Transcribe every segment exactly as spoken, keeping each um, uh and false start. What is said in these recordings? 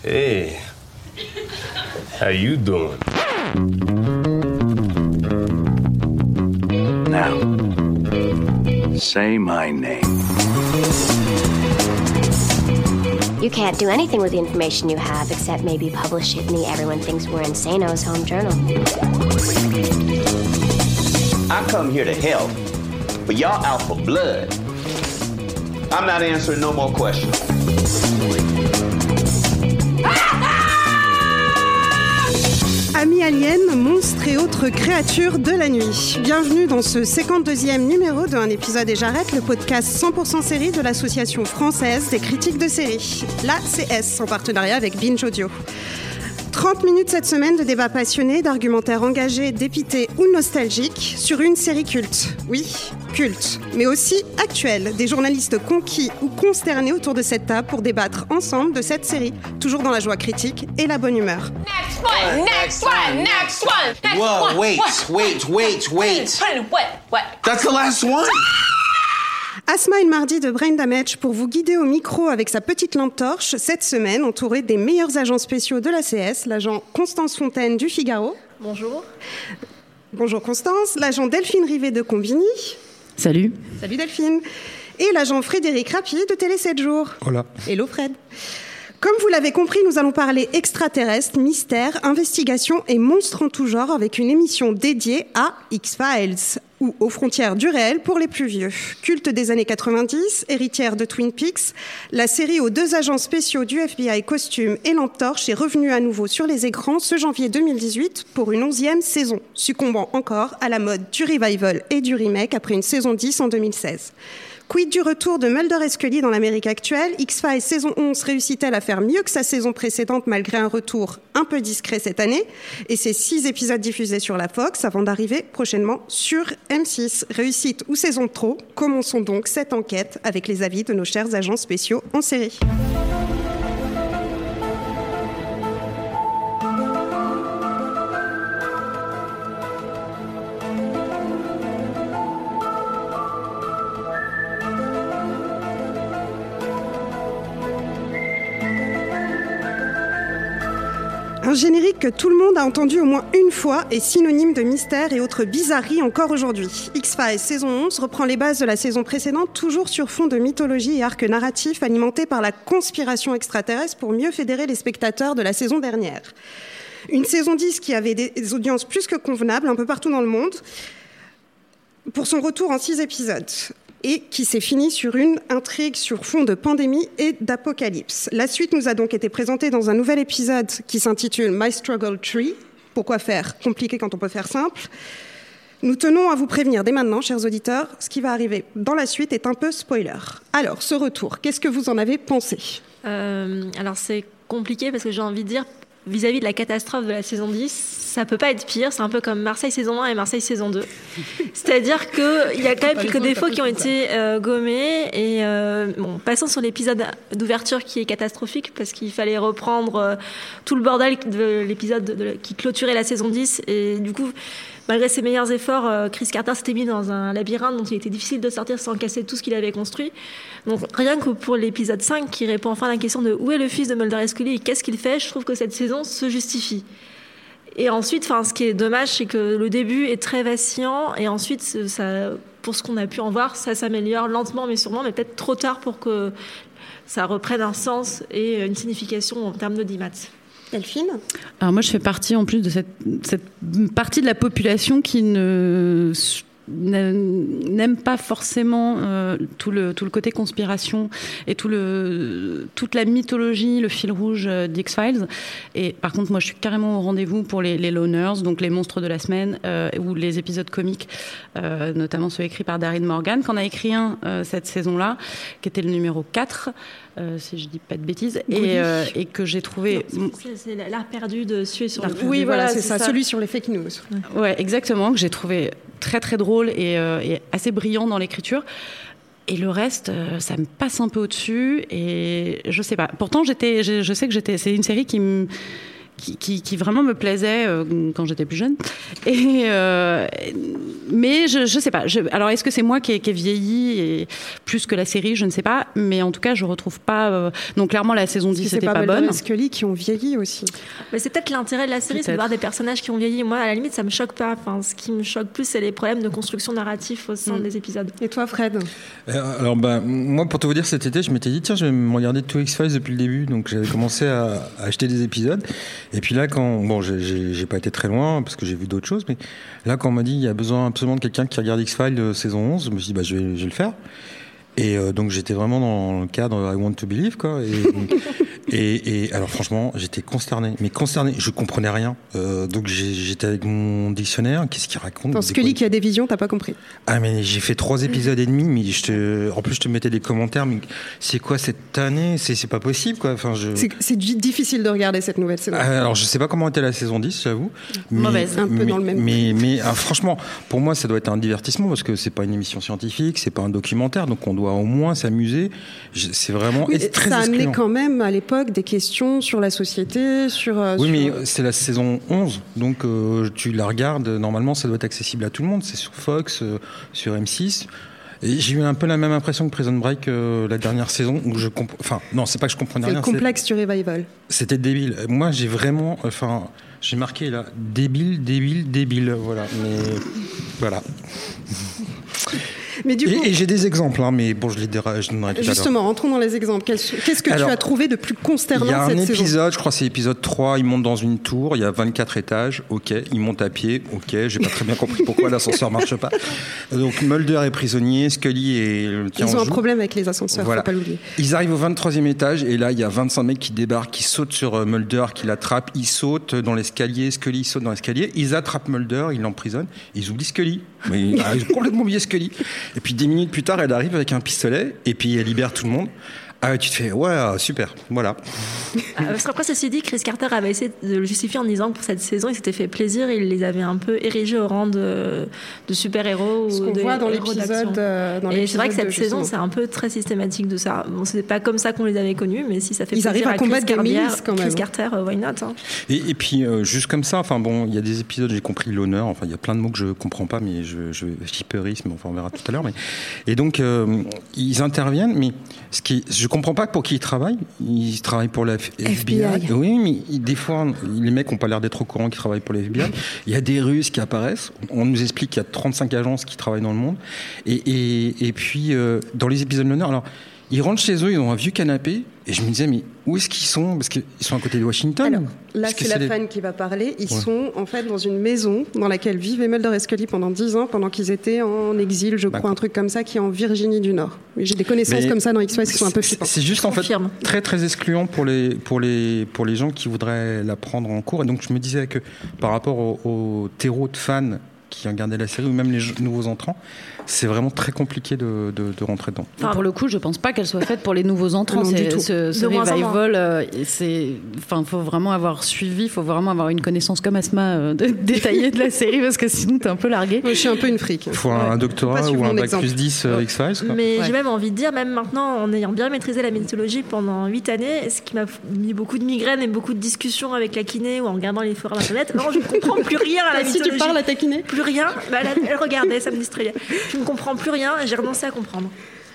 Hey, how you doing? Now, say my name. You can't do anything with the information you have except maybe publish it in the Everyone Thinks We're Insano's home journal. I come here to help, but y'all out for blood. I'm not answering no more questions. Amis aliens, monstres et autres créatures de la nuit. Bienvenue dans ce cinquante-deuxième numéro de Un épisode et j'arrête, le podcast cent pour cent série de l'Association française des critiques de séries, l'A C S, en partenariat avec Binge Audio. trente minutes cette semaine de débats passionnés, d'argumentaires engagés, dépités ou nostalgiques sur une série culte. Oui, culte, mais aussi actuelle. Des journalistes conquis ou consternés autour de cette table pour débattre ensemble de cette série, toujours dans la joie critique et la bonne humeur. Next one, next one, next one, next Whoa, one. wait, wait, wait, wait. What, what? That's the last one? Asma et le mardi de Brain Damage pour vous guider au micro avec sa petite lampe torche, cette semaine entourée des meilleurs agents spéciaux de l'A C S, l'agent Constance Fontaine du Figaro. Bonjour. Bonjour Constance, l'agent Delphine Rivet de Combini. Salut. Salut Delphine. Et l'agent Frédéric Rapi de Télé sept jours. Hola. Hello Fred. Comme vous l'avez compris, nous allons parler extraterrestres, mystères, investigations et monstres en tout genre avec une émission dédiée à X-Files, ou aux frontières du réel pour les plus vieux. Culte des années quatre-vingt-dix, héritière de Twin Peaks, la série aux deux agents spéciaux du F B I costume et lampe torche est revenue à nouveau sur les écrans ce janvier deux mille dix-huit pour une onzième saison, succombant encore à la mode du revival et du remake après une saison dix en deux mille seize. Quid du retour de Mulder et Scully dans l'Amérique actuelle? X-Files saison onze réussit-elle à faire mieux que sa saison précédente malgré un retour un peu discret cette année? Et ses six épisodes diffusés sur la Fox avant d'arriver prochainement sur M six. Réussite ou saison de trop? Commençons donc cette enquête avec les avis de nos chers agents spéciaux en série. Un générique que tout le monde a entendu au moins une fois est synonyme de mystère et autres bizarreries encore aujourd'hui. X-Files saison onze reprend les bases de la saison précédente, toujours sur fond de mythologie et arc narratif alimenté par la conspiration extraterrestre pour mieux fédérer les spectateurs de la saison dernière. Une saison dix qui avait des audiences plus que convenables un peu partout dans le monde pour son retour en six épisodes. Et qui s'est fini sur une intrigue sur fond de pandémie et d'apocalypse. La suite nous a donc été présentée dans un nouvel épisode qui s'intitule My Struggle Tree. Pourquoi faire compliqué quand on peut faire simple? Nous tenons à vous prévenir dès maintenant, chers auditeurs, ce qui va arriver dans la suite est un peu spoiler. Alors, ce retour, qu'est-ce que vous en avez pensé? euh, Alors, c'est compliqué parce que j'ai envie de dire, vis-à-vis de la catastrophe de la saison dix, ça peut pas être pire. C'est un peu comme Marseille saison un et Marseille saison deux. C'est-à-dire qu'il y a quand même quelques défauts qui ont été euh, gommés. Et euh, bon, passons sur l'épisode d'ouverture qui est catastrophique parce qu'il fallait reprendre euh, tout le bordel de l'épisode de, de, qui clôturait la saison dix. Et du coup, malgré ses meilleurs efforts, euh, Chris Carter s'était mis dans un labyrinthe dont il était difficile de sortir sans casser tout ce qu'il avait construit. Donc rien que pour l'épisode cinq qui répond enfin à la question de où est le fils de Mulder et Scully et qu'est-ce qu'il fait, je trouve que cette saison se justifie. Et ensuite, ce qui est dommage, c'est que le début est très vacillant et ensuite, ça, pour ce qu'on a pu en voir, ça s'améliore lentement mais sûrement, mais peut-être trop tard pour que ça reprenne un sens et une signification en termes d'audimat. Delphine? Alors moi, je fais partie en plus de cette, cette partie de la population qui ne... n'aime pas forcément euh, tout le tout le côté conspiration et tout le toute la mythologie, le fil rouge d'X-Files. Et par contre, moi, je suis carrément au rendez-vous pour les, les loners, donc les monstres de la semaine, euh, ou les épisodes comiques, euh, notamment ceux écrits par Darren Morgan, qu'on a écrit un euh, cette saison-là, qui était le numéro quatre. Euh, si je dis pas de bêtises, et, euh, et que j'ai trouvé... Non, c'est, c'est l'art perdu de Suez sur le... Oui, voilà, c'est, c'est ça, ça, celui sur les fake news. Ouais, ouais, exactement, que j'ai trouvé très très drôle et, euh, et assez brillant dans l'écriture. Et le reste, euh, ça me passe un peu au-dessus, et je sais pas. Pourtant, j'étais, je, je sais que j'étais, c'est une série qui me... qui, qui, qui vraiment me plaisait euh, quand j'étais plus jeune. Et, euh, mais je, je sais pas. Je, alors, est-ce que c'est moi qui ai, qui ai vieilli et plus que la série? Je ne sais pas. Mais en tout cas, je retrouve pas. Euh, donc, clairement, la saison dix, c'était pas, pas bonne. C'est Scully qui ont vieilli aussi. Mais c'est peut-être l'intérêt de la série, peut-être. C'est de voir des personnages qui ont vieilli. Moi, à la limite, ça me choque pas. Enfin, ce qui me choque plus, c'est les problèmes de construction narrative au sein mmh. des épisodes. Et toi, Fred? euh, Alors, ben, moi, pour te vous dire, cet été, je m'étais dit, tiens, je vais me regarder tout X-Files depuis le début. Donc, j'avais commencé à, à acheter des épisodes. Et puis là, quand. Bon, j'ai, j'ai, j'ai pas été très loin parce que j'ai vu d'autres choses. Mais là, quand on m'a dit, il y a besoin absolument de quelqu'un qui regarde X-Files euh, saison onze, je me suis dit, bah, je vais, je vais le faire. Et euh, donc, j'étais vraiment dans le cadre I want to believe, quoi. Et, et, et alors, franchement, j'étais consterné. Mais consterné, je comprenais rien. Euh, donc, j'ai, j'étais avec mon dictionnaire. Qu'est-ce qu'il raconte? Dans Scully qui a des visions, t'as pas compris? Ah, mais j'ai fait trois épisodes et demi. Mais je te, en plus, je te mettais des commentaires. Mais c'est quoi cette année? C'est, c'est pas possible, quoi. Enfin, je... c'est, c'est difficile de regarder cette nouvelle saison. Alors, je sais pas comment était la saison dix, j'avoue. Mauvaise, un peu mais, dans le même. Mais, mais, mais ah, franchement, pour moi, ça doit être un divertissement parce que c'est pas une émission scientifique, c'est pas un documentaire. Donc, on doit au moins s'amuser. C'est vraiment oui, très ça a amené excluant. quand même à l'époque des questions sur la société, sur. Euh, oui, sur... mais c'est la saison onze, donc euh, tu la regardes. Normalement, ça doit être accessible à tout le monde. C'est sur Fox, euh, sur M six. Et j'ai eu un peu la même impression que Prison Break euh, la dernière saison où je comp... enfin non, c'est pas que je comprenais c'est rien. C'est le complexe du revival. C'était débile. Moi, j'ai vraiment, enfin, j'ai marqué là, débile, débile, débile. Voilà, mais voilà. Mais du coup, et, et j'ai des exemples, hein, mais bon, je les donnerai tout à l'heure. Justement, entrons dans les exemples. Qu'est-ce que Alors, tu as trouvé de plus consternant cette saison? Il y a un épisode, je crois que c'est l'épisode trois, il monte dans une tour, il y a vingt-quatre étages, ok, il monte à pied, ok, j'ai pas très bien compris pourquoi l'ascenseur marche pas. Donc Mulder est prisonnier, Scully est... Ils ont un problème avec les ascenseurs, voilà. Faut pas l'oublier. Ils arrivent au vingt-troisième étage, et là, il y a vingt-cinq mecs qui débarquent, qui sautent sur Mulder, qui l'attrapent, ils sautent dans l'escalier, Scully saute dans l'escalier, ils attrapent Mulder, ils l'emprisonnent, ils oublient Scully. Mais ils ont complètement oublié Scully. Et puis dix minutes plus tard, elle arrive avec un pistolet et puis elle libère tout le monde. Ah, tu te fais, ouais, super, voilà. Ah, parce qu'après, ceci dit, Chris Carter avait essayé de le justifier en disant que pour cette saison, il s'était fait plaisir, il les avait un peu érigés au rang de, de super-héros. Ce ou qu'on de voit dans héros l'épisode. Euh, dans Et l'épisode c'est vrai que cette de, saison, justement. c'est un peu très systématique de ça. Bon, c'est pas comme ça qu'on les avait connus, mais si ça fait Ils plaisir arrivent à, à combattre Chris des milices quand même. Chris Carter, uh, why not hein. Et, et puis, euh, juste comme ça, enfin bon, il y a des épisodes, j'ai compris l'honneur, enfin, il y a plein de mots que je comprends pas, mais je, je chipperisme, enfin, on verra tout à l'heure. Mais... Et donc, euh, ils interviennent, mais ce qui, je comprends pas pour qui ils travaillent. Ils travaillent pour la F- F B I. F B I. Oui, mais des fois, les mecs n'ont pas l'air d'être au courant qu'ils travaillent pour la F B I. Il y a des Russes qui apparaissent. On nous explique qu'il y a trente-cinq agences qui travaillent dans le monde. Et, et, et puis, euh, dans les épisodes de l'honneur, alors, ils rentrent chez eux, ils ont un vieux canapé. Et je me disais, mais où est-ce qu'ils sont? Parce qu'ils sont à côté de Washington. Alors, là, c'est, c'est la les... fan qui va parler. Ils ouais. sont en fait dans une maison dans laquelle vivaient Mulder et Scully pendant dix ans, pendant qu'ils étaient en exil, je crois, D'accord. un truc comme ça, qui est en Virginie du Nord. J'ai des connaissances mais comme ça dans X-Files qui sont un peu flippantes. C'est juste en fait très très excluant pour les, pour, les, pour les gens qui voudraient la prendre en cours. Et donc je me disais que par rapport au, au terreau de fans qui regardaient la série, ou même les nouveaux entrants, c'est vraiment très compliqué de, de, de rentrer dedans. Enfin, pour le coup, je pense pas qu'elle soit faite pour les nouveaux entrants. Ah non, c'est, ce ce revival, euh, c'est, enfin, faut vraiment avoir suivi, faut vraiment avoir une connaissance comme Asma euh, de, détaillée de la série parce que sinon t'es un peu largué. Moi, je suis un peu une fric. Faut ouais. un doctorat ou un bac exemple. plus dix euh, X-Files. Quoi. Mais ouais. j'ai même envie de dire, même maintenant, en ayant bien maîtrisé la mythologie pendant huit années, ce qui m'a mis beaucoup de migraines et beaucoup de discussions avec la kiné ou en regardant les forums internet, non, je ne comprends plus rien à la mythologie. Si tu parles à ta kiné, plus rien. Bah, elle, elle regardait, ça me distrayait. Je ne comprends plus rien. J'ai renoncé à comprendre.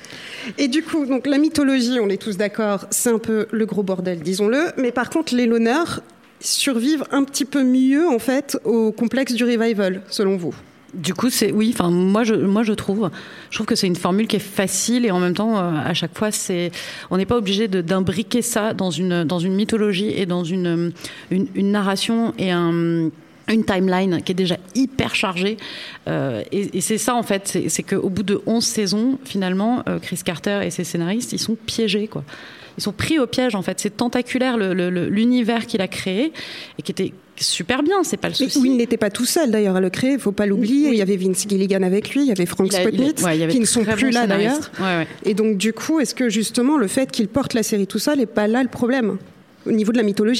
Et du coup, donc la mythologie, on est tous d'accord, c'est un peu le gros bordel, disons-le. Mais par contre, les loners survivent un petit peu mieux, en fait, au complexe du revival, selon vous. Du coup, c'est oui. Enfin, moi, je, moi, je trouve, je trouve que c'est une formule qui est facile et en même temps, euh, à chaque fois, c'est, on n'est pas obligé de, d'imbriquer ça dans une, dans une mythologie et dans une, une, une narration et un une timeline qui est déjà hyper chargée. Euh, et, et c'est ça, en fait, c'est, c'est qu'au bout de onze saisons, finalement, euh, Chris Carter et ses scénaristes, ils sont piégés, quoi. Ils sont pris au piège, en fait. C'est tentaculaire, le, le, l'univers qu'il a créé, et qui était super bien, c'est pas le souci. Mais il n'était pas tout seul, d'ailleurs, à le créer, il faut pas l'oublier. Oui. Il y avait Vince Gilligan avec lui, il y avait Frank Spotnitz, ouais, qui ne sont plus là, d'ailleurs. Ouais, ouais. Et donc, du coup, est-ce que, justement, le fait qu'il porte la série tout seul n'est pas là le problème, au niveau de la mythologie ?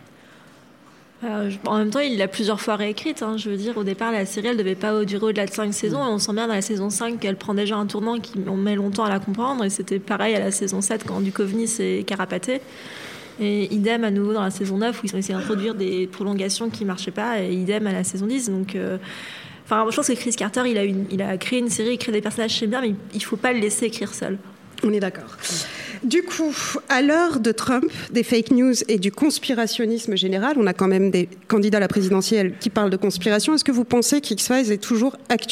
Euh, en même temps, il l'a plusieurs fois réécrite. Hein. Je veux dire, au départ, la série, elle devait pas durer au-delà de cinq saisons. Et on sent bien dans la saison cinq qu'elle prend déjà un tournant qui on met longtemps à la comprendre. Et c'était pareil à la saison sept quand Duchovny s'est carapaté. Et idem à nouveau dans la saison neuf où ils ont essayé d'introduire des prolongations qui ne marchaient pas, et idem à la saison dix. Donc, euh, enfin, je pense que Chris Carter, il a, une, il a créé une série, il crée des personnages chez bien, mais il ne faut pas le laisser écrire seul. On est d'accord. Du coup, à l'heure de Trump, des fake news et du conspirationnisme général, on a quand même des candidats à la présidentielle qui parlent de conspiration. Est-ce que vous pensez qu'X-Files est toujours actuel ?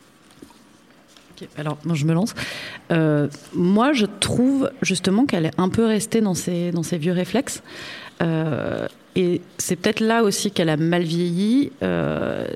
Okay, alors, moi, je me lance. Euh, moi, je trouve justement qu'elle est un peu restée dans ses, dans ses vieux réflexes. Euh, et c'est peut-être là aussi qu'elle a mal vieilli. Euh,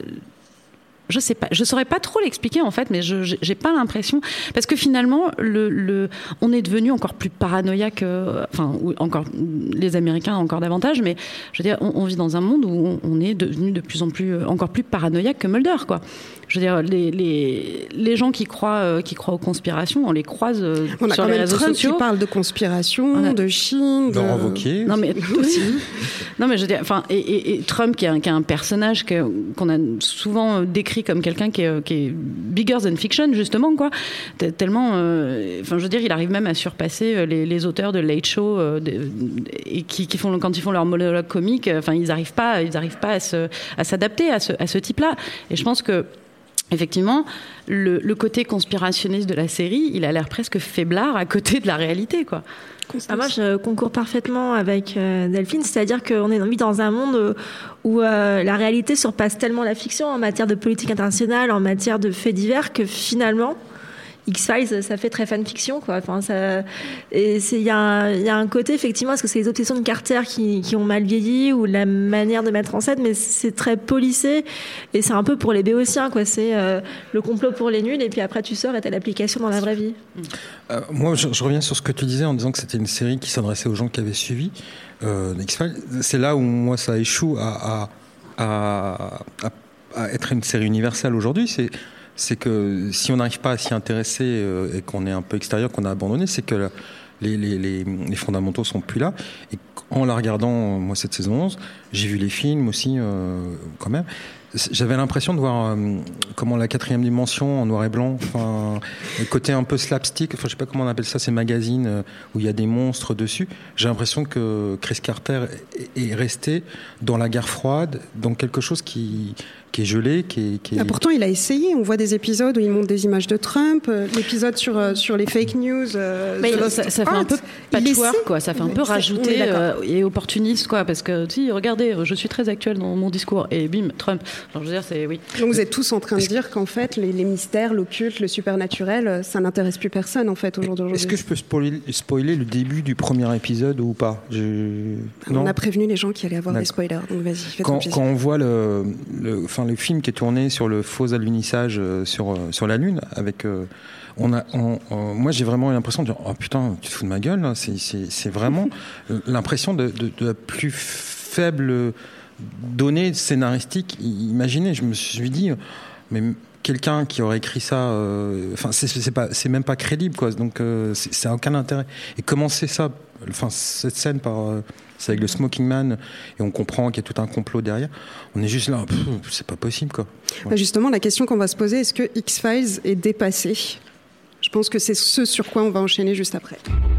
je sais pas, je saurais pas trop l'expliquer en fait, mais je j'ai pas l'impression, parce que finalement le, le on est devenu encore plus paranoïaque, euh, enfin ou encore les Américains encore davantage, mais je veux dire on, on vit dans un monde où on, on est devenu de plus en plus encore plus paranoïaque que Mulder, quoi. Je veux dire, les, les, les gens qui croient, euh, qui croient aux conspirations, on les croise euh, on a sur quand les même réseaux Trump sociaux. Qui parle de conspiration, a... de Chine, de Laurent Wauquiez. Non mais aussi. Non mais je veux dire, enfin, et, et, et Trump qui est un, qui est un personnage que, qu'on a souvent décrit comme quelqu'un qui est, qui est bigger than fiction justement, quoi. Tellement, enfin, euh, je veux dire, il arrive même à surpasser les, les auteurs de Late Show euh, de, et qui, qui font quand ils font leur monologue comique, enfin, ils n'arrivent pas, ils arrivent pas à, se, à s'adapter à ce, à ce type-là. Et je pense que effectivement, le, le côté conspirationniste de la série, il a l'air presque faiblard à côté de la réalité, quoi. Ah, moi, je concours parfaitement avec euh, Delphine, c'est-à-dire qu'on est mis dans un monde où euh, la réalité surpasse tellement la fiction en matière de politique internationale, en matière de faits divers, que finalement, X-Files, ça fait très fanfiction, quoi. Enfin, ça, et c'est, il y, y a un côté, effectivement, est-ce que c'est les obsessions de Carter qui, qui ont mal vieilli ou la manière de mettre en scène, mais c'est très policé et c'est un peu pour les béotiens, quoi. C'est euh, le complot pour les nuls et puis après tu sors et t'as l'application dans la vraie vie. Euh, moi, je, je reviens sur ce que tu disais en disant que c'était une série qui s'adressait aux gens qui avaient suivi euh, X-Files. C'est là où moi ça échoue à, à, à, à, à être une série universelle aujourd'hui. C'est c'est que si on n'arrive pas à s'y intéresser euh, et qu'on est un peu extérieur, qu'on a abandonné, c'est que les, les, les, les fondamentaux sont plus là. Et en la regardant, moi, cette saison onze, j'ai vu les films aussi, euh, quand même. J'avais l'impression de voir euh, comment la quatrième dimension en noir et blanc, enfin, le côté un peu slapstick, enfin, je sais pas comment on appelle ça, ces magazines euh, où il y a des monstres dessus. J'ai l'impression que Chris Carter est, est resté dans la guerre froide, dans quelque chose qui, qui est gelé, qui est... Qui est... Ah, pourtant, il a essayé. On voit des épisodes où il montre des images de Trump, euh, l'épisode sur, euh, sur les fake news. Euh, Mais ça, ça fait un peu patchwork, quoi. Ça fait un peu rajouter euh, et opportuniste, quoi. Parce que, si, regardez, je suis très actuel dans mon discours. Et bim, Trump. Alors, je veux dire, c'est oui. Donc vous êtes tous en train de dire qu'en fait, les, les mystères, l'occulte, le supernaturel, ça n'intéresse plus personne, en fait, aujourd'hui. Est-ce que je peux spoiler, spoiler le début du premier épisode ou pas? je... On a prévenu les gens qui allaient avoir D'accord. des spoilers, donc vas-y, fais-toi plaisir. Quand on voit le, le, enfin, le film qui est tourné sur le faux alunissage euh, sur, euh, sur la Lune, avec... Euh, on a, on, on, moi, j'ai vraiment eu l'impression de dire « Oh putain, tu te fous de ma gueule, là. C'est, c'est, c'est vraiment l'impression de, de, de la plus faible... données scénaristiques. Imaginez, je me suis dit, mais quelqu'un qui aurait écrit ça, euh, enfin, c'est, c'est pas, c'est même pas crédible, quoi. Donc, euh, c'est, ça a aucun intérêt. Et commencer ça, enfin, cette scène par, euh, c'est avec le Smoking Man, et on comprend qu'il y a tout un complot derrière. On est juste là, pff, c'est pas possible, quoi. Ouais. Justement, la question qu'on va se poser, est-ce que X-Files est dépassé? Je pense que c'est ce sur quoi on va enchaîner juste après.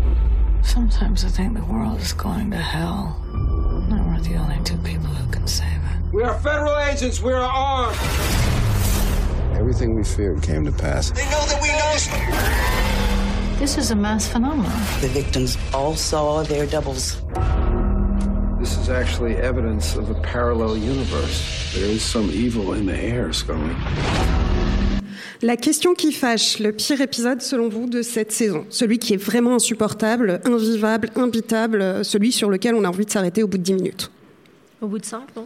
Sometimes I think the world is going to hell. And we're the only two people who can save it. We are federal agents. We are armed. Everything we feared came to pass. They know that we know. This is a mass phenomenon. The victims all saw their doubles. This is actually evidence of a parallel universe. There is some evil in the air, Scully. La question qui fâche, le pire épisode selon vous de cette saison, celui qui est vraiment insupportable, invivable, imbitable, celui sur lequel on a envie de s'arrêter au bout de dix minutes. Au bout de cinq, non?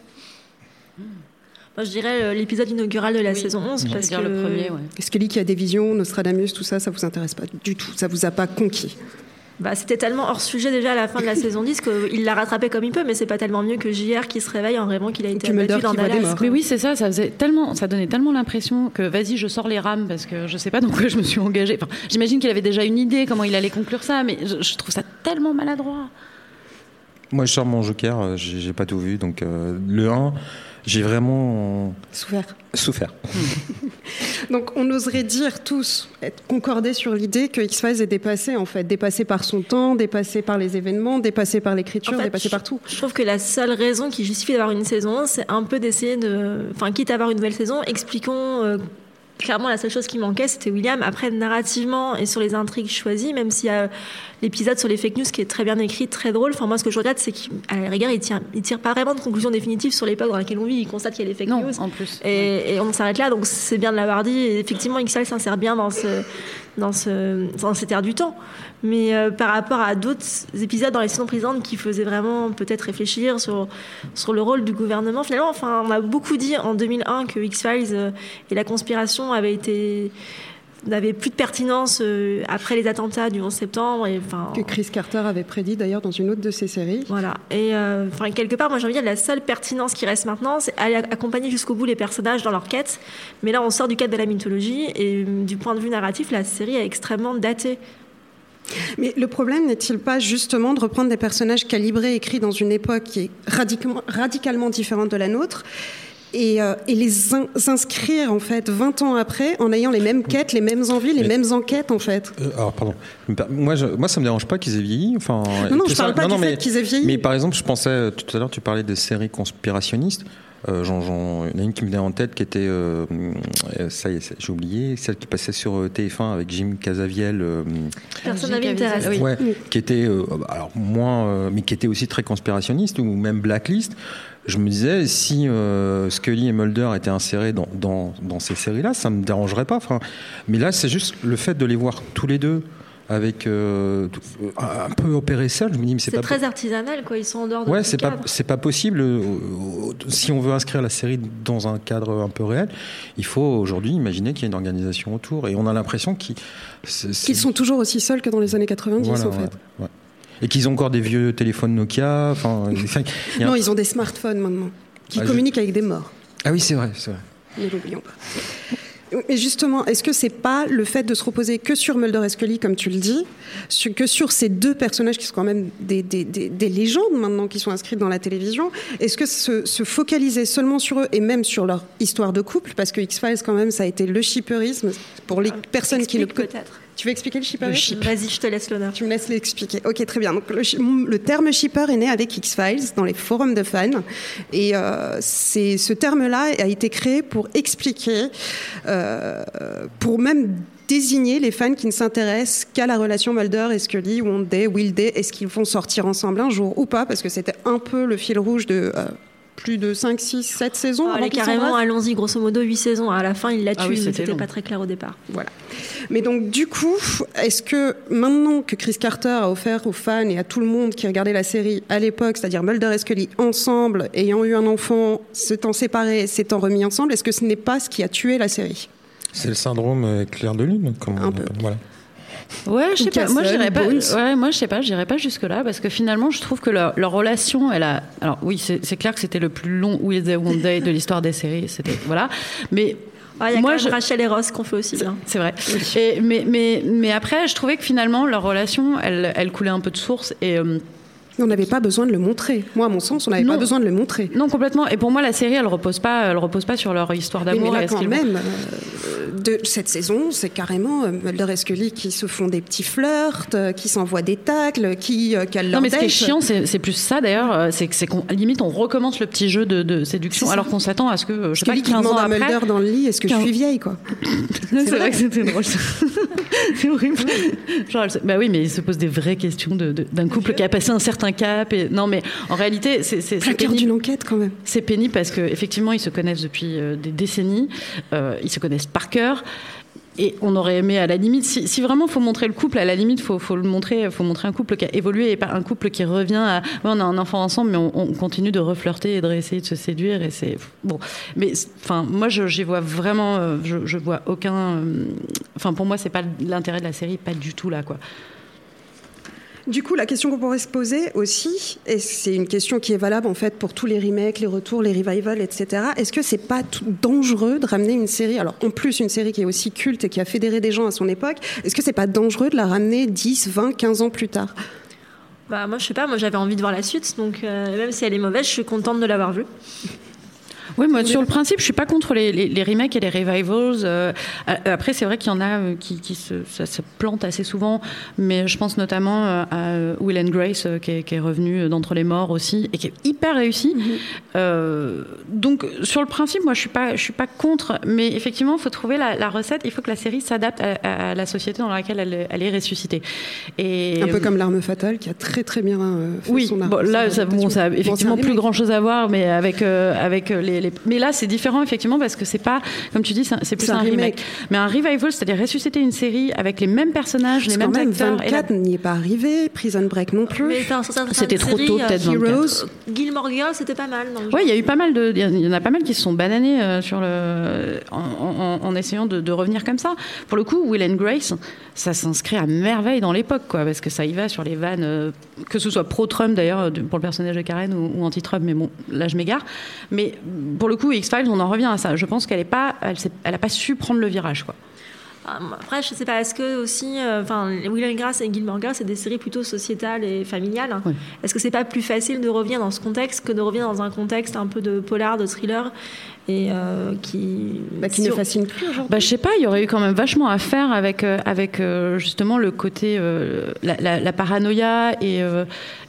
Moi, je dirais l'épisode inaugural de la oui, saison onze. Parce dire que... le premier, ouais. Scully qui a des visions, Nostradamus, tout ça, ça vous intéresse pas du tout, ça vous a pas conquis? Bah, c'était tellement hors sujet déjà à la fin de la saison dix qu'il l'a rattrapé comme il peut, mais c'est pas tellement mieux que J R qui se réveille en rêvant qu'il a été abattu dans Dallas. Mais oui, c'est ça, ça faisait tellement, ça donnait tellement l'impression que vas-y, je sors les rames parce que je sais pas dans quoi je me suis engagée. Enfin, j'imagine qu'il avait déjà une idée comment il allait conclure ça, mais je, je trouve ça tellement maladroit. Moi, je sors mon joker, j'ai, j'ai pas tout vu, donc euh, le un. j'ai vraiment souffert. souffert. Donc on oserait dire tous, être concordés sur l'idée que X-Files est dépassé, en fait, dépassé par son temps, dépassé par les événements, dépassé par l'écriture, en fait, dépassé je, par tout. Je trouve que la seule raison qui justifie d'avoir une saison, c'est un peu d'essayer de... Enfin, quitte à avoir une nouvelle saison, expliquons... Euh, clairement, la seule chose qui manquait, c'était William. Après, narrativement et sur les intrigues choisies, même s'il y a l'épisode sur les fake news qui est très bien écrit, très drôle, enfin, moi, ce que je regrette, c'est qu'à la rigueur, il tire, il tire pas vraiment de conclusion définitive sur l'époque dans laquelle on vit. Il constate qu'il y a les fake non, news. En plus. Et, ouais. et on s'arrête là, donc c'est bien de l'avoir dit. Et effectivement, X-Files s'insère bien dans, ce, dans, ce, dans cet air du temps. Mais euh, par rapport à d'autres épisodes dans les saisons précédentes qui faisaient vraiment peut-être réfléchir sur, sur le rôle du gouvernement, finalement, enfin, on a beaucoup dit en deux mille un que X-Files euh, et la conspiration avaient été... n'avait plus de pertinence euh, après les attentats du onze septembre. Et, que Chris Carter avait prédit d'ailleurs dans une autre de ses séries. Voilà. Et euh, quelque part, moi j'ai envie de dire, la seule pertinence qui reste maintenant, c'est aller accompagner jusqu'au bout les personnages dans leur quête. Mais là, on sort du cadre de la mythologie et du point de vue narratif, la série est extrêmement datée. Mais le problème n'est-il pas justement de reprendre des personnages calibrés, écrits dans une époque qui est radicalement, radicalement différente de la nôtre et, euh, et les in- inscrire en fait vingt ans après en ayant les mêmes quêtes, les mêmes envies, les mais, mêmes enquêtes en fait. Euh, alors pardon, moi, je, moi ça me dérange pas qu'ils aient vieilli. Enfin, non non, je parle ça, pas non, du non, fait mais, qu'ils aient vieilli. Mais par exemple, je pensais tout à l'heure, tu parlais des séries conspirationnistes. Euh, j'en, j'en, il y en a une qui me venait en tête qui était, euh, ça y est, j'ai oublié, celle qui passait sur T F un avec Jim Caviezel. Euh, Personne n'avait intéressé. Oui. Ouais, qui était, euh, alors moins, euh, mais qui était aussi très conspirationniste ou même Blacklist. Je me disais, si euh, Scully et Mulder étaient insérés dans, dans, dans ces séries-là, ça me dérangerait pas. Enfin, mais là, c'est juste le fait de les voir tous les deux avec euh, un peu opéré seul, je me dis mais c'est, c'est pas très po- artisanal quoi, ils sont en dehors de ouais, tout c'est cadre. pas c'est pas possible euh, si on veut inscrire la série dans un cadre un peu réel, il faut aujourd'hui imaginer qu'il y a une organisation autour et on a l'impression qu'ils c'est, c'est... qu'ils sont toujours aussi seuls que dans les années quatre-vingt-dix voilà, en fait. Ouais, ouais. Et qu'ils ont encore des vieux téléphones Nokia, enfin un... non, ils ont des smartphones maintenant qui ah, communiquent je... avec des morts. Ah oui, c'est vrai, c'est vrai. Ne l'oublions pas. Mais justement, est-ce que c'est pas le fait de se reposer que sur Mulder et Scully, comme tu le dis, que sur ces deux personnages qui sont quand même des, des, des, des légendes maintenant, qui sont inscrites dans la télévision, est-ce que se, se focaliser seulement sur eux et même sur leur histoire de couple, parce que X-Files quand même, ça a été le shipperisme pour les ah, personnes qui le peut-être. Tu veux expliquer le shipperisme ? Le ship. Vas-y, je te laisse l'honneur. Tu me laisses l'expliquer. Ok, très bien. Donc le, le terme shipper est né avec X-Files dans les forums de fans, et euh, c'est, ce terme-là a été créé pour expliquer, euh, pour même désigner les fans qui ne s'intéressent qu'à la relation Mulder et Scully, Won't They, Will They, est-ce qu'ils vont sortir ensemble un jour ou pas, parce que c'était un peu le fil rouge de euh, plus de cinq, six, sept saisons. Oh, carrément, allons-y, grosso modo, huit saisons. À la fin, il l'a tué, ah oui, mais c'était, c'était long. pas très clair au départ. Voilà. Mais donc, du coup, est-ce que maintenant que Chris Carter a offert aux fans et à tout le monde qui regardait la série à l'époque, c'est-à-dire Mulder et Scully ensemble, ayant eu un enfant, s'étant séparés, s'étant remis ensemble, est-ce que ce n'est pas ce qui a tué la série ? C'est le syndrome Clair de Lune, comme un on peu. appelle, voilà. Ouais, je sais pas. Moi, j'irais pas. Ouais, moi, je sais pas. J'irais pas jusque là parce que finalement, je trouve que leur, leur relation, elle a. Alors oui, c'est, c'est clair que c'était le plus long Will They Won't They de l'histoire des séries. C'était voilà. Mais il y a moi, quand même je... Rachel et Ross qu'on fait aussi bien. C'est vrai. Et, mais mais mais après, je trouvais que finalement, leur relation, elle elle coulait un peu de source et. Euh, on n'avait pas besoin de le montrer. Moi, à mon sens, on n'avait pas besoin de le montrer. Non, complètement. Et pour moi, la série, elle repose pas, elle repose pas sur leur histoire d'amour. Mais là, et quand même, euh, de cette saison, c'est carrément euh, Mulder et Scully qui se font des petits flirts, euh, qui s'envoient des tacles, qui euh, calent leur Non, mais date. Ce qui est chiant, c'est, c'est plus ça d'ailleurs, c'est que c'est qu'on limite on recommence le petit jeu de, de séduction, alors qu'on s'attend à ce que je sais Scully pas quinze qui ans demande après. à Mulder dans le lit, est-ce que quinze... je suis vieille quoi. c'est, c'est vrai, vrai que c'était drôle. C'est horrible. Genre, bah oui, mais il se pose des vraies questions de, de, d'un couple qui a passé un certain cap. Et non, mais en réalité, c'est, c'est, c'est pénible. D'une enquête quand même. C'est pénible parce que effectivement, ils se connaissent depuis euh, des décennies. Euh, ils se connaissent par cœur. Et on aurait aimé, à la limite, si, si vraiment il faut montrer le couple, à la limite, il faut, faut le montrer, faut montrer un couple qui a évolué et pas un couple qui revient à. Ouais, on a un enfant ensemble, mais on, on continue de reflirter et de réessayer de se séduire. Et c'est bon. Mais enfin, moi, je, j'y vois vraiment, je, je vois aucun. Enfin, pour moi, c'est pas l'intérêt de la série, pas du tout là, quoi. Du coup, la question qu'on pourrait se poser aussi, et c'est une question qui est valable en fait pour tous les remakes, les retours, les revivals, et cetera. Est-ce que c'est pas tout dangereux de ramener une série, alors en plus une série qui est aussi culte et qui a fédéré des gens à son époque, est-ce que c'est pas dangereux de la ramener dix, vingt, quinze ans plus tard ? Bah moi je sais pas, moi j'avais envie de voir la suite, donc euh, même si elle est mauvaise, je suis contente de l'avoir vue. Oui, moi, sur le principe, je suis pas contre les, les, les remakes et les revivals. Euh, après, c'est vrai qu'il y en a qui, qui se, ça se plante assez souvent, mais je pense notamment à Will and Grace, qui est, qui est revenu d'entre les morts aussi, et qui est hyper réussi. Mm-hmm. Euh, donc, sur le principe, moi, je suis pas, je suis pas contre, mais effectivement, il faut trouver la, la recette. Il faut que la série s'adapte à, à la société dans laquelle elle, elle est ressuscitée. Et un peu comme L'Arme fatale, qui a très très bien euh, fait oui, son bon, là, ça, bon, ça a effectivement bon, plus grand chose à voir, mais avec euh, avec les, les. Mais là, c'est différent effectivement parce que c'est pas, comme tu dis, c'est, c'est plus c'est un, un remake. remake. Mais un revival, c'est-à-dire ressusciter une série avec les mêmes personnages, parce les mêmes même acteurs. vingt-quatre n'y est pas arrivé. Prison Break non plus. Mais un, un, c'était trop série, tôt, peut-être. Heroes, Gilmore Girls, c'était pas mal. Oui, il y a eu pas mal de, il y en a pas mal qui se sont bananés euh, sur le, en, en, en essayant de, de revenir comme ça. Pour le coup, Will and Grace, ça s'inscrit à merveille dans l'époque, quoi, parce que ça y va sur les vannes, euh, que ce soit pro-Trump d'ailleurs pour le personnage de Karen ou, ou anti-Trump, mais bon, là je m'égare. Mais pour le coup, X-Files, on en revient à ça. Je pense qu'elle est pas, elle, elle a pas su prendre le virage, quoi. Après, je sais pas, est-ce que aussi, enfin, euh, Will and Grace et Gilmore Girls, c'est des séries plutôt sociétales et familiales. Oui. Est-ce que c'est pas plus facile de revenir dans ce contexte que de revenir dans un contexte un peu de polar, de thriller et euh, qui bah, qui ne fascine plus aujourd'hui. Bah, je sais pas, il y aurait eu quand même vachement à faire avec euh, avec euh, justement le côté euh, la, la, la paranoïa et euh,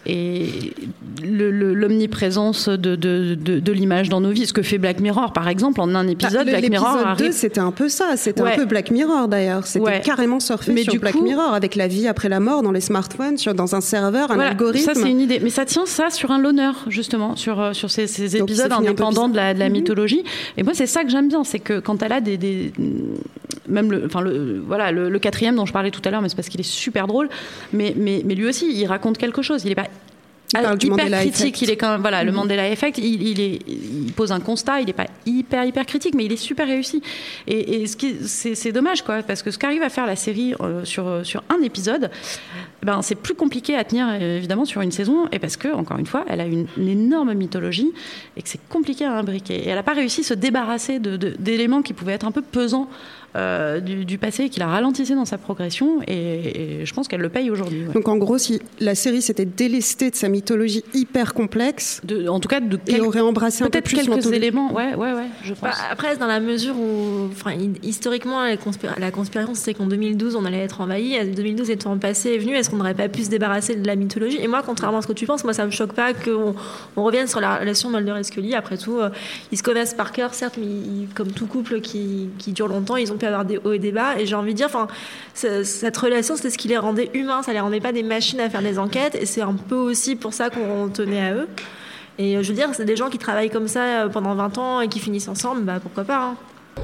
et le, le, l'omniprésence de, de, de, de l'image dans nos vies. Ce que fait Black Mirror, par exemple, en un épisode, bah, Black Mirror arrive... deux, c'était un peu ça. C'était ouais. un peu Black Mirror, d'ailleurs. C'était ouais. carrément surfé mais sur Black coup... Mirror, avec la vie après la mort dans les smartphones, sur, dans un serveur, un voilà, algorithme. Ça, c'est une idée. Mais ça tient ça sur un loner, justement, sur, sur ces, ces épisodes indépendants de la, de la mm-hmm. mythologie. Et moi, c'est ça que j'aime bien. C'est que quand elle a des... des... Même le, enfin le, voilà, le, le quatrième dont je parlais tout à l'heure, mais c'est parce qu'il est super drôle. Mais, mais, mais lui aussi, il raconte quelque chose. Il n'est pas... Il parle du hyper Mandela critique, Effect. il est quand même, voilà, mmh. le Mandela Effect, il, il, est, il pose un constat, il n'est pas hyper hyper critique, mais il est super réussi. Et, et ce qui, c'est, c'est dommage, quoi, parce que ce qu'arrive à faire la série euh, sur sur un épisode, ben c'est plus compliqué à tenir évidemment sur une saison, et parce que encore une fois, elle a une, une énorme mythologie et que c'est compliqué à imbriquer. Et elle n'a pas réussi à se débarrasser de, de, d'éléments qui pouvaient être un peu pesants. Euh, du, du passé, qu'il a ralentissé dans sa progression, et, et je pense qu'elle le paye aujourd'hui. Ouais. Donc en gros, si la série s'était délestée de sa mythologie hyper complexe, de, en tout cas, de quel... et aurait embrassé un peu plus quelques l'anthologie. éléments, ouais, ouais, ouais, je pense. Bah, après, dans la mesure où, enfin, historiquement, la, conspira- la conspiration, c'était qu'en deux mille douze, on allait être envahi. deux mille douze étant passé et venu, est-ce qu'on n'aurait pas pu se débarrasser de la mythologie ? Et moi, contrairement à ce que tu penses, moi, ça me choque pas qu'on on revienne sur la relation Mulder et Scully. Après tout, euh, ils se connaissent par cœur, certes, mais ils, comme tout couple qui, qui dure longtemps, ils ont pu avoir des hauts et des bas. Et j'ai envie de dire, enfin, cette relation, c'était ce qui les rendait humains, ça les rendait pas des machines à faire des enquêtes, et c'est un peu aussi pour ça qu'on tenait à eux. Et je veux dire, c'est des gens qui travaillent comme ça pendant vingt ans et qui finissent ensemble, bah pourquoi pas. Hein.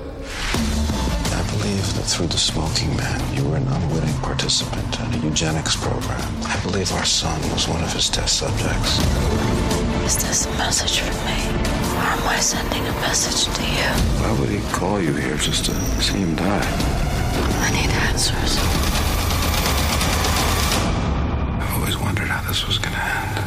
I believe that through the smoking ban, you were an unwitting participant in a eugenics program. I believe our son was one of his test subjects. Is this a message from me? Or am I sending a message to you? Why would he call you here just to see him die? I need answers. I've always wondered how this was gonna end.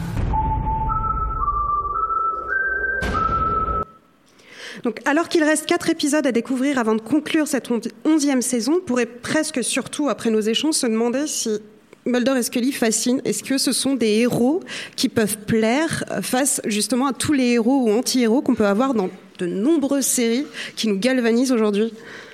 Donc, alors qu'il reste quatre épisodes à découvrir avant de conclure cette onzième saison, on pourrait presque, surtout après nos échanges, se demander si Mulder et Scully fascinent. Est-ce que ce sont des héros qui peuvent plaire face justement à tous les héros ou anti-héros qu'on peut avoir dans de nombreuses séries qui nous galvanisent aujourd'hui ?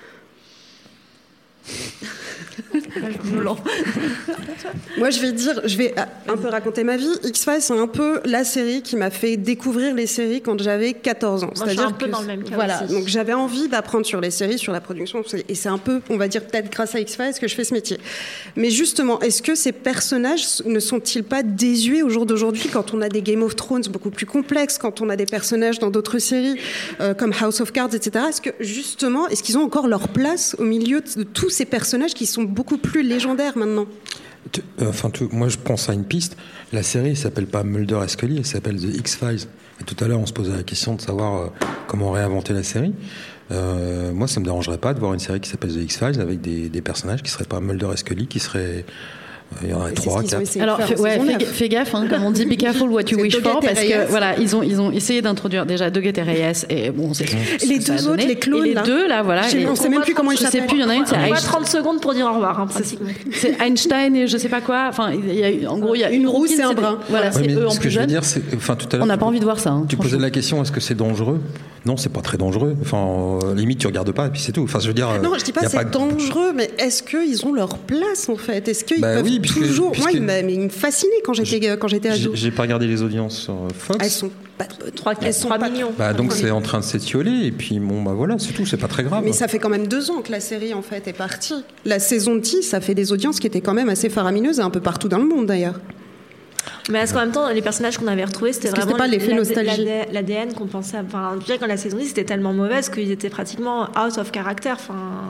Moi, je vais dire, je vais un peu raconter ma vie. X-Files, c'est un peu la série qui m'a fait découvrir les séries quand j'avais quatorze ans. Moi, c'est-à-dire je suis un peu que, dans le même cas voilà, aussi. donc j'avais envie d'apprendre sur les séries, sur la production, et c'est un peu, on va dire peut-être grâce à X-Files que je fais ce métier. Mais justement, est-ce que ces personnages ne sont-ils pas désuets au jour d'aujourd'hui quand on a des Game of Thrones beaucoup plus complexes, quand on a des personnages dans d'autres séries euh, comme House of Cards, et cetera. Est-ce que justement, est-ce qu'ils ont encore leur place au milieu de tous ces personnages qui sont beaucoup plus légendaires maintenant ? Tu, euh, enfin, tu, moi, je pense à une piste. La série ne s'appelle pas Mulder et Scully, elle s'appelle The X-Files. Et tout à l'heure, on se posait la question de savoir euh, comment réinventer la série. Euh, moi, ça ne me dérangerait pas de voir une série qui s'appelle The X-Files avec des, des personnages qui ne seraient pas Mulder et Scully, qui seraient Il y en a trois, quatre. Alors, fais, ouais, fais, fais gaffe, hein, comme on dit, be careful what you wish for, parce que voilà, ils ont, ils ont essayé d'introduire déjà Doggett et Reyes, et bon, c'est. Et les deux autres, les clones. Et les deux, là, voilà. On ne sait même plus comment ils s'appellent. Je sais plus, il y en a une, c'est on a trente secondes pour dire au revoir, hein, pratiquement. C'est Einstein et je sais pas quoi. Enfin, il y a, en gros, il y a une rousse et un brun. Voilà, c'est eux en plus jeunes. Ce que je veux dire, c'est. Enfin, tout à l'heure. On n'a pas envie de voir ça. Tu posais la question, est-ce que c'est dangereux ? Non, c'est pas très dangereux. Enfin, euh, limite, tu regardes pas et puis c'est tout. Enfin, je veux dire. Non, je dis pas c'est pas... dangereux, mais est-ce qu'ils ont leur place en fait ? Est-ce qu'ils bah peuvent oui, toujours. Puisque, Moi, puisque... il, il me fascinait quand j'étais quand j'étais ado. J'ai pas regardé les audiences sur Fox. Elles sont pas trois millions. Bah donc c'est en train de s'étioler et puis bon bah voilà, c'est tout, c'est pas très grave. Mais ça fait quand même deux ans que la série en fait est partie. La saison dix, ça fait des audiences qui étaient quand même assez faramineuses un peu partout dans le monde d'ailleurs. Mais parce qu'en même temps, les personnages qu'on avait retrouvés, c'était Parce vraiment c'était pas l'effet nostalgie. l'A D N qu'on pensait. Enfin, je dirais que la saison dix, c'était tellement mauvaise qu'ils étaient pratiquement out of character. Enfin,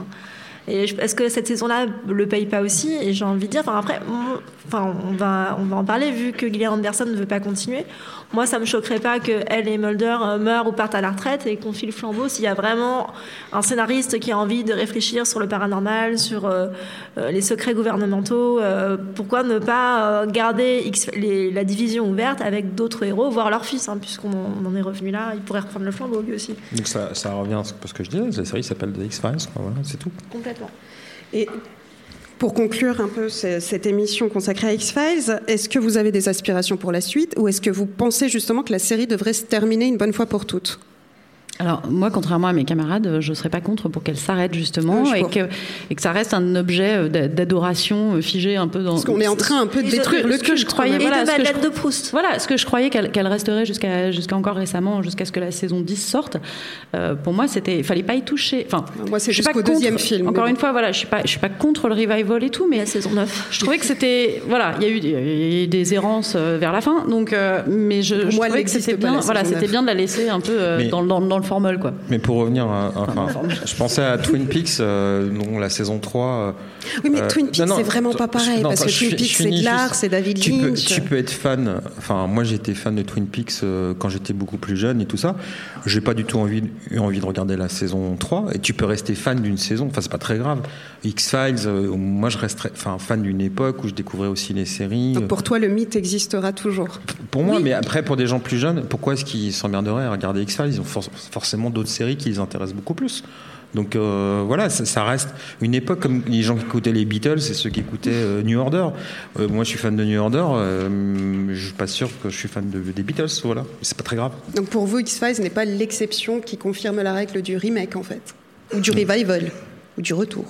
et est-ce que cette saison-là le paye pas aussi ? Et j'ai envie de dire, enfin après, on, enfin, on va, on va en parler vu que Gillian Anderson ne veut pas continuer. Moi, ça me choquerait pas que elle et Mulder meurent ou partent à la retraite et qu'on file le flambeau s'il y a vraiment un scénariste qui a envie de réfléchir sur le paranormal, sur euh, euh, les secrets gouvernementaux. Euh, pourquoi ne pas euh, garder X, les, la division ouverte avec d'autres héros, voire leur fils, hein, puisqu'on en, on en est revenu là, il pourrait reprendre le flambeau lui aussi. Donc ça, ça revient à ce que je disais, la série s'appelle The X-Files, quoi, voilà, c'est tout. Complètement. Et pour conclure un peu cette émission consacrée à X-Files, est-ce que vous avez des aspirations pour la suite ou est-ce que vous pensez justement que la série devrait se terminer une bonne fois pour toutes ? Alors moi, contrairement à mes camarades, je ne serais pas contre pour qu'elle s'arrête justement oui, et, que, et que ça reste un objet d'adoration figé un peu dans... Parce qu'on est en train un peu de détruire le culte. Je croyais, et voilà, de ce que Madeleine je, de Proust. Voilà, ce que je croyais qu'elle qu'elle resterait jusqu'à jusqu'à encore récemment, jusqu'à ce que la saison dix sorte. Euh, pour moi, c'était, il fallait pas y toucher. Enfin, moi, c'est jusqu'au deuxième film. Encore bon. une fois, voilà, je suis pas, je suis pas contre le revival et tout, mais la saison neuf. Je trouvais que c'était, voilà, il y a eu, y a eu des errances vers la fin, donc, euh, mais je, je moi, trouvais que c'était bien, voilà, c'était bien de la laisser un peu euh, mais, dans, dans, dans le formol, quoi. Mais pour revenir à, enfin, je pensais à Twin Peaks, euh, non, la saison trois. Euh, oui, mais Twin Peaks, non, non, c'est vraiment pas pareil, non, parce que Twin Peaks, c'est de l'art, c'est David tu Lynch. Peux, tu peux être fan, enfin, moi j'étais fan de Twin Peaks euh, quand j'étais beaucoup plus jeune et tout ça. J'ai pas du tout envie, eu envie de regarder la saison trois, et tu peux rester fan d'une saison, enfin, c'est pas très grave. X-Files, euh, moi je resterais enfin, fan d'une époque où je découvrais aussi les séries. Donc pour toi, le mythe existera toujours. Pour moi, oui. Mais après, pour des gens plus jeunes, pourquoi est-ce qu'ils s'emmerderaient à regarder X-Files ? Ils ont for- forcément d'autres séries qui les intéressent beaucoup plus. Donc euh, voilà, ça, ça reste une époque comme les gens qui écoutaient les Beatles et ceux qui écoutaient euh, New Order. Euh, moi, je suis fan de New Order. Euh, je suis pas sûr que je suis fan de, des Beatles. Voilà, c'est pas très grave. Donc pour vous, X-Files n'est pas l'exception qui confirme la règle du remake en fait, ou du revival, ou du retour.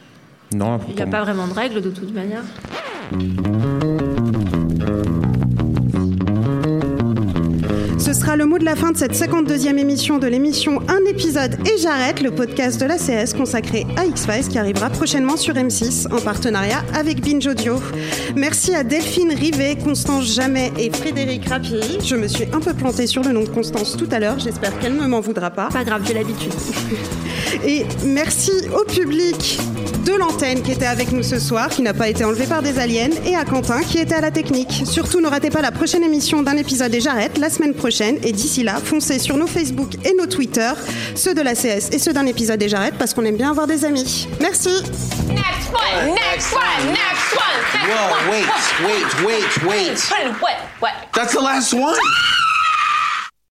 Non. Il n'y a pas vraiment de règle de toute manière. Ce sera le mot de la fin de cette cinquante-deuxième émission de l'émission Un épisode et j'arrête, le podcast de l'A C S consacré à X-Files qui arrivera prochainement sur M six en partenariat avec Binge Audio. Merci à Delphine Rivet, Constance Jamet et Frédéric Rapier. Je me suis un peu plantée sur le nom de Constance tout à l'heure, j'espère qu'elle ne m'en voudra pas. Pas grave, j'ai l'habitude. Et merci au public de l'antenne qui était avec nous ce soir, qui n'a pas été enlevé par des aliens, et à Quentin qui était à la technique. Surtout, ne ratez pas la prochaine émission d'Un épisode et j'arrête la semaine prochaine. Et d'ici là, foncez sur nos Facebook et nos Twitter, ceux de l'A C S et ceux d'Un épisode et j'arrête, parce qu'on aime bien avoir des amis. Merci. Next one, next one, next one. Next Whoa, one. wait, wait, wait, wait. What? What? That's the last one.